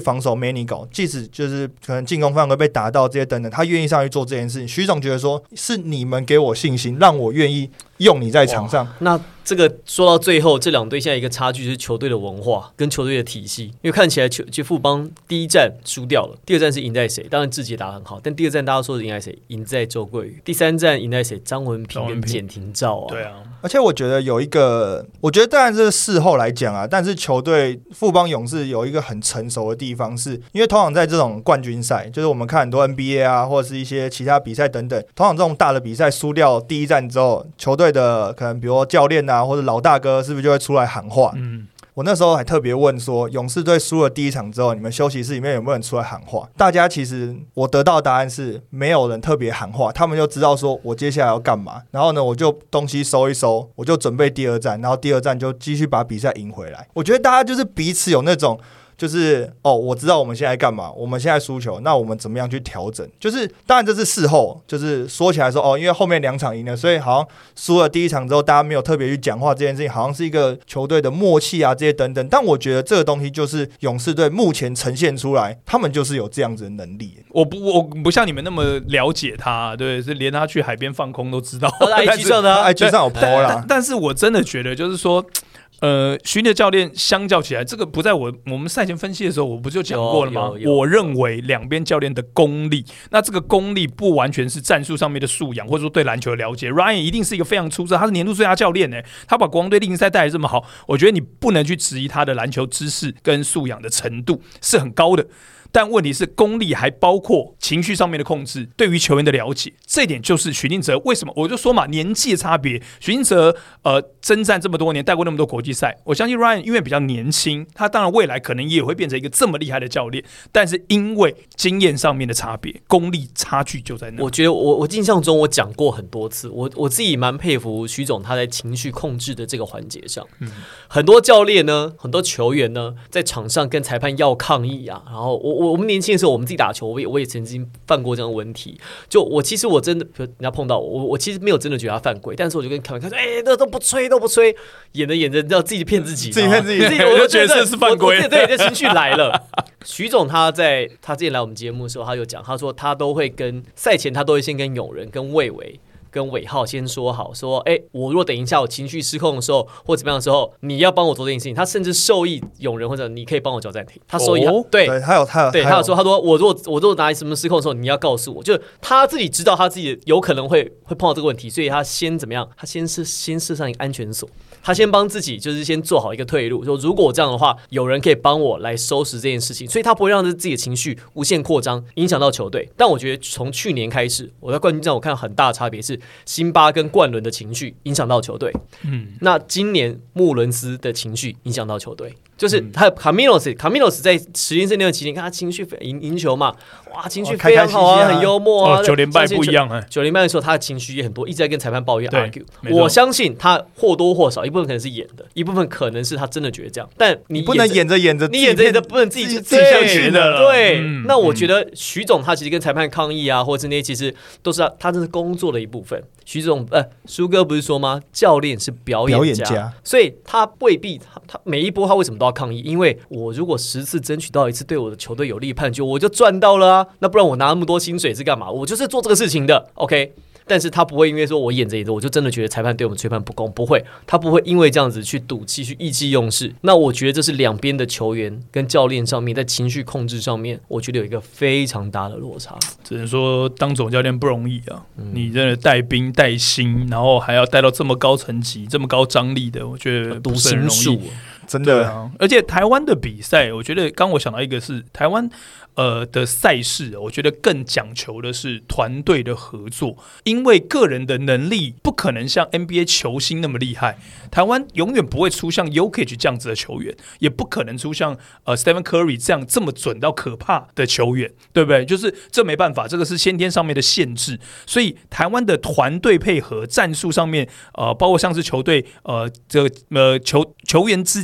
没你搞，即使就是可能进攻犯规被打到这些等等，他愿意上去做这件事情。徐总觉得说是你们给我信心，让我愿意用你在场上。 那这个说到最后，这两队现在一个差距就是球队的文化跟球队的体系，因为看起来球就富邦第一战输掉了，第二战是赢在谁？当然志杰打得很好，但第二战大家说是赢在谁？赢在周桂宇。第三战赢在谁？张文平跟简廷照啊。 对啊， 而且我觉得有一个，我觉得当然是事后来讲啊，但是球队富邦勇士有一个很成熟的地方是，因为通常在这种冠军赛，就是我们看很多 N B A 啊，或者是一些其他比赛等等，通常这种大的比赛输掉第一战之后，球队的可能比如说教练啊或者老大哥是不是就会出来喊话？嗯。我那时候还特别问说，勇士队输了第一场之后，你们休息室里面有没有人出来喊话？大家其实我得到的答案是没有人特别喊话，他们就知道说我接下来要干嘛。然后呢，我就东西收一收，我就准备第二战，然后第二战就继续把比赛赢回来。我觉得大家就是彼此有那种。就是哦，我知道我们现在干嘛，我们现在输球，那我们怎么样去调整？就是当然这是事后，就是说起来说哦，因为后面两场赢了，所以好像输了第一场之后，大家没有特别去讲话这件事情，好像是一个球队的默契啊这些等等。但我觉得这个东西就是勇士队目前呈现出来，他们就是有这样子的能力。 我不我不像你们那么了解他，对，是连他去海边放空都知道。 I G 上的 I G 上有 po 啦。 但, 但是我真的觉得就是说。呃，徐的教练相较起来，这个不在我我们赛前分析的时候，我不就讲过了吗？我认为两边教练的功力，那这个功力不完全是战术上面的素养，或者说对篮球的了解。Ryan 一定是一个非常出色，他是年度最佳教练呢、欸，他把国王队例行赛带来这么好，我觉得你不能去质疑他的篮球知识跟素养的程度是很高的。但问题是，功力还包括情绪上面的控制，对于球员的了解，这一点就是许晋哲为什么我就说嘛，年纪的差别。许晋哲呃征战这么多年，带过那么多国际赛，我相信 Ryan 因为比较年轻，他当然未来可能也会变成一个这么厉害的教练，但是因为经验上面的差别，功力差距就在那。 我觉得我我印象中我讲过很多次，我我自己蛮佩服徐总他在情绪控制的这个环节上，嗯、很多教练呢，很多球员呢，在场上跟裁判要抗议啊，然后我。我们年轻的时候，我们自己打球，我也我也曾经犯过这样的问题。就我其实我真的，人家碰到我，我我其实没有真的觉得他犯规，但是我就跟开玩笑说：“哎、欸，那都不吹，都不吹。”演着演着，要自己骗自己， 自己骗自己， 自己我就觉得这是犯规。 对，这情绪来了。徐总他在他之前来我们节目的时候，他就讲，他说他都会跟赛前，他都会先跟永仁、跟魏伟。跟伟浩先说好，说，哎、欸，我如果等一下我情绪失控的时候，或怎么样的时候，你要帮我做这件事情。他甚至授意永仁或者你可以帮我叫暂停。他授意他， 哦、 对， 对，他有他有， 对，他有说，他说我如果我如果哪里什么失控的时候，你要告诉我，就是他自己知道他自己有可能会会碰到这个问题，所以他先怎么样？他先是先设上一个安全锁。他先帮自己，就是先做好一个退路，说如果我这样的话，有人可以帮我来收拾这件事情，所以他不会让自己的情绪无限扩张，影响到球队。但我觉得从去年开始，我在冠军战我看到很大的差别是，辛巴跟冠伦的情绪影响到球队。嗯，那今年穆伦斯的情绪影响到球队，就是他卡米诺斯，卡米诺斯在实验室那段期间，看他情绪赢赢球嘛，哇，情绪非常好啊，很幽默啊。 九连败不一样哎， 九连败的时候他的情绪也很多，一直在跟裁判抱怨 argue。我相信他或多或少一部分可能是演的，一部分可能是他真的觉得这样。但你不能演着演着， 你演着演着不能自己自己相觉得了。 对，嗯、那我觉得徐总他其实跟裁判抗议啊，或者是那些其实都是他他这是工作的一部分。徐总呃，苏哥不是说吗？教练是表演家，表演家所以他未必他他每一波他为什么都要抗议？因为我如果十次争取到一次对我的球队有利判决，我就赚到了啊！那不然我拿那么多薪水是干嘛？我就是做这个事情的 ，OK。但是他不会因为说我演着演着，我就真的觉得裁判对我们吹判不公，不会，他不会因为这样子去赌气、去意气用事。那我觉得这是两边的球员跟教练上面在情绪控制上面，我觉得有一个非常大的落差。 只能说当总教练不容易啊，嗯、你真的带兵带薪，然后还要带到这么高层级、这么高张力的，我觉得不是很容易。 真的啊！而且台湾的比赛，我觉得刚我想到一个是台湾呃的赛事，我觉得更讲求的是团队的合作，因为个人的能力不可能像 N B A 球星那么厉害，台湾永远不会出像 Jokic 这样子的球员，也不可能出像呃 Stephen Curry 这样这么准到可怕的球员，对不对？就是这没办法，这个是先天上面的限制，所以台湾的团队配合、战术上面，呃，包括像是球队呃这个呃球球员之间。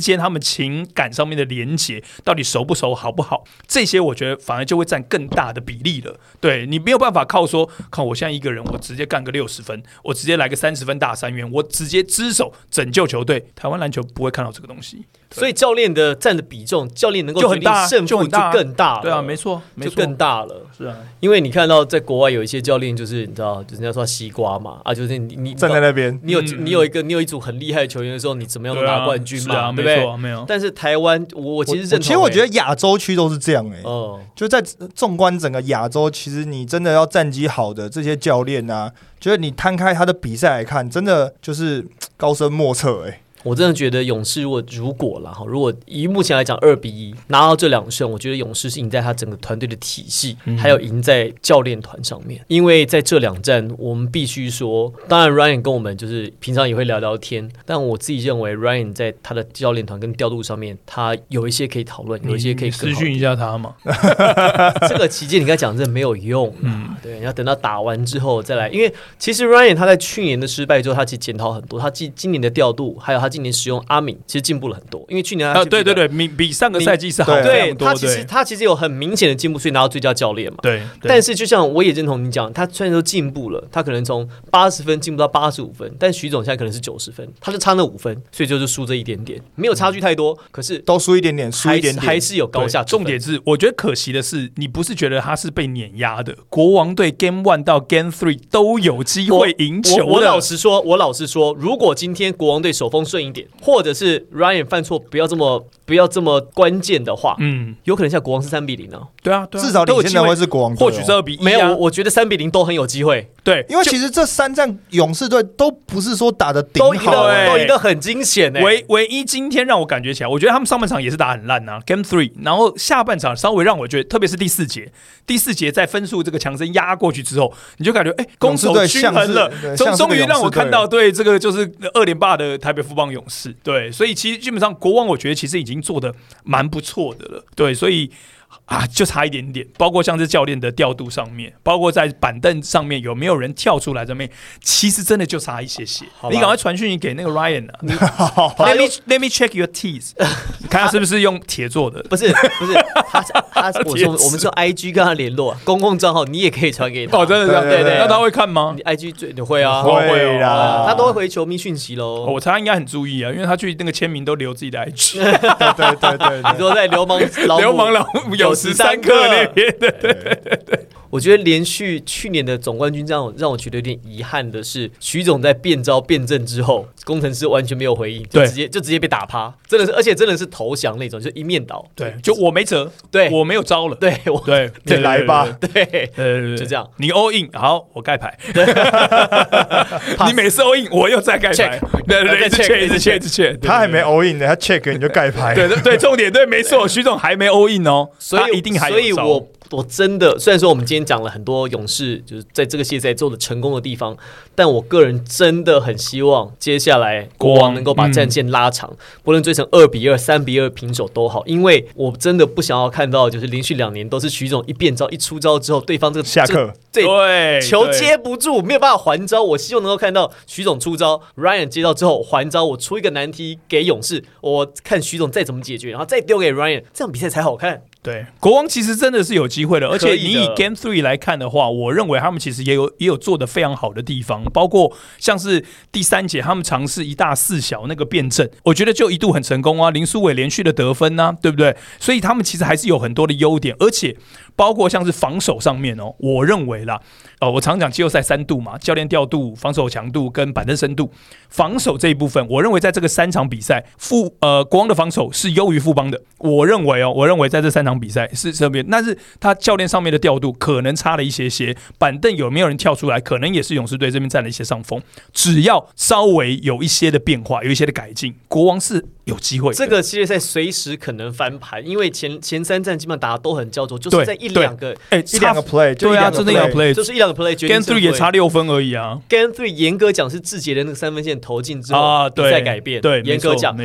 间他们情感上面的连结到底熟不熟、好不好，这些我觉得反而就会占更大的比例了。对，你没有办法靠说，靠我现在一个人，我直接干个六十分，我直接来个三十分大三元，我直接只手拯救球队。台湾篮球不会看到这个东西， 所以教练的占的比重，教练能够决定胜负就更大了。 对啊，没错， 就更大了。 是啊， 因为你看到在国外有一些教练，就是你知道，就是人家说西瓜嘛，啊，就是你你站在那边， 你有你有一个你有一组很厉害的球员的时候，你怎么样都拿冠军嘛， 啊、 对不对？ 没错，没有。 但是台湾，我我其实认同、欸， 其实我觉得亚洲区都是这样哎、欸， 哦， 就在纵观整个亚洲，其实你真的要战绩好的这些教练啊，就是你摊开他的比赛来看，真的就是高深莫测哎、欸。 我真的觉得勇士如果如果啦，如果以目前来讲二比一拿到这两胜，我觉得勇士是赢在他整个团队的体系，嗯、还有赢在教练团上面。因为在这两战，我们必须说，当然 Ryan 跟我们就是平常也会聊聊天，但我自己认为 Ryan 在他的教练团跟调度上面，他有一些可以讨论，有一些可以私讯一下他嘛。 这个期间你刚才讲真的没有用、啊，嗯，对，要等到打完之后再来。因为其实 Ryan 他在去年的失败之后，他其实检讨很多，他今今年的调度还有他今年使用阿敏其实进步了很多，因为去年他、 啊、对对对，比比上个赛季是好非常多。 对，他其实他其实有很明显的进步，所以拿到最佳教练嘛。 对， 但是就像我也认同你讲，他虽然说进步了，他可能从八十分进步到八十五分，但徐总现在可能是九十分，他就差那五分，所以就是输这一点点，没有差距太多，可是都输一点点，输一点点， 还是有高下。 重点是，我觉得可惜的是，你不是觉得他是被碾压的，国王队 Game One 到 Game Three 都有机会赢球的。 我, 我, 我老实说，我老实说，如果今天国王队手风顺一点，或者是 Ryan 犯错不要这么不要这么关键的话，嗯，有可能像国王是三比零啊。 对啊，对啊， 至少领先的会是国王队、哦， 或许是二比一、啊。 没有，我觉得三比零都很有机会。 对， 因为其实这三战勇士队都不是说打的顶好、 欸，都赢得很惊险诶。 唯唯一今天让我感觉起来，我觉得他们上半场也是打很烂啊 ，Game Three， 然后下半场稍微让我觉得，特别是第四节，第四节在分数这个强森压过去之后，你就感觉哎，攻守均衡了，终终于让我看到对这个就是二连霸的台北富邦勇士。对，所以其实基本上国王我觉得其实已经做的蛮不错的了。对，所以。啊，就差一点点，包括像是教练的调度上面，包括在板凳上面有没有人跳出来上面，其实真的就差一些些。你赶快传讯给那个 Ryan 啊 ，Let me Let me check your teeth， 看他是不是用铁做的？ 不是不是，他他我说我们说 I G 跟他联络，公共账号你也可以传给他。 哦，真的这样，对对，那他会看吗？ 你 I G 最你会啊， 会啦， 他都会回球迷讯息喽。 我猜他应该很注意啊，因为他去那个签名都留自己的 I G。 对对对对， 你说在流氓流氓老母有十三克那边，对对对对对。 我觉得连续去年的总冠军，这样让我觉得有点遗憾的是，徐总在变招变阵之后，工程师完全没有回应，就直接就直接被打趴，真的是，而且真的是投降那种，就一面倒。 对，就我没辙， 对我没有招了， 对，我对， 你来吧， 对，就这样， 你 all in， 好，我盖牌，你每次 all in， 我又再盖牌，对对对，一直 check， 一直 check， 一直 check， 他还没 all in 呢，他 check 你就盖牌， 对对对，重点对，没错，徐总还没 all in 哦， 所以一定还有招。 所以我我真的虽然说我们今天讲了很多勇士就是在这个系列赛做的成功的地方，但我个人真的很希望接下来国王能够把战线拉长，嗯、不论追成二比二、三比二平手都好，因为我真的不想要看到就是连续两年都是徐总一变招一出招之后，对方这个下课， 对对球接不住，没有办法还招。我希望能够看到徐总出招 ，Ryan 接到之后还招，我出一个难题给勇士，我看徐总再怎么解决，然后再丢给 Ryan， 这样比赛才好看。 对，国王其实真的是有机会的，而且你以 Game Three 来看的话，我认为他们其实也有也有做得非常好的地方，包括像是第三节他们尝试一大四小那个辩证，我觉得就一度很成功啊，林书伟连续的得分啊，对不对？所以他们其实还是有很多的优点，而且包括像是防守上面哦，我认为啦，呃，我常讲季后赛三度嘛，教练调度、防守强度跟板凳深度，防守这一部分，我认为在这个三场比赛，富呃国王的防守是优于富邦的，我认为哦，我认为在这三场比赛是这边，但是他教练上面的调度可能差了一些些，板凳有没有人跳出来，可能也是勇士队这边占了一些上风。只要稍微有一些的变化，有一些的改进，国王是有机会的。 这个系列赛随时可能翻盘，因为前前三战基本上打得都很焦灼，就是在一两个哎一两个 play， 对啊，真的要 play， 就是一两个 play 决定胜负。 Game Three 也差六分而已啊。 Game Three 严格讲是志杰的那个三分线投进之后，啊，对，比赛改变， 对， 严格讲没错。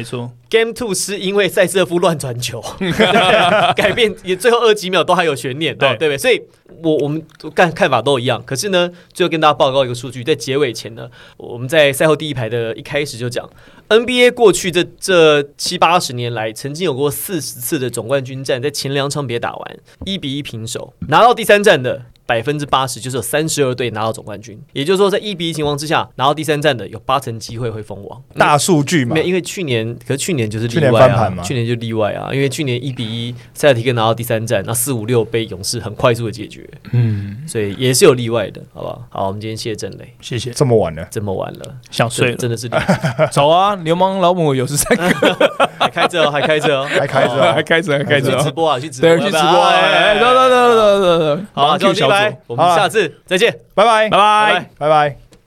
Game Two 是因为塞瑟夫乱传球改变，也最后二几秒都还有悬念，对对不对？所以我我们看看法都一样。可是呢，最后跟大家报告一个数据，在结尾前呢，我们在赛后第一排的一开始就讲 ，N B A 过去这这七八十年来，曾经有过四十次的总冠军战，在前两场别打完一比一平手，拿到第三战的。百分之八十就是有三十二队拿到总冠军，也就是说，在一比一情况之下，拿到第三战的有八成机会会封王。 大数据嘛， 没，因为去年，可是去年就是例外啊， 去年翻盘嘛， 去年就例外啊，因为去年一比一，塞尔提克拿到第三战，那四五六被勇士很快速的解决，嗯，所以也是有例外的，好不好？好，我们今天谢谢郑磊， 谢谢。 这么晚了， 这么晚了， 想睡了， 真的是厉害。 走啊，流氓老母有十三个， 还开着哦，还开着哦， 还开着， 还开着，还开着， 去直播啊，去直播， 对，去直播，哎，走走走走走走， 好，就拜拜，我们下次再见， 拜拜， 拜拜， 拜拜。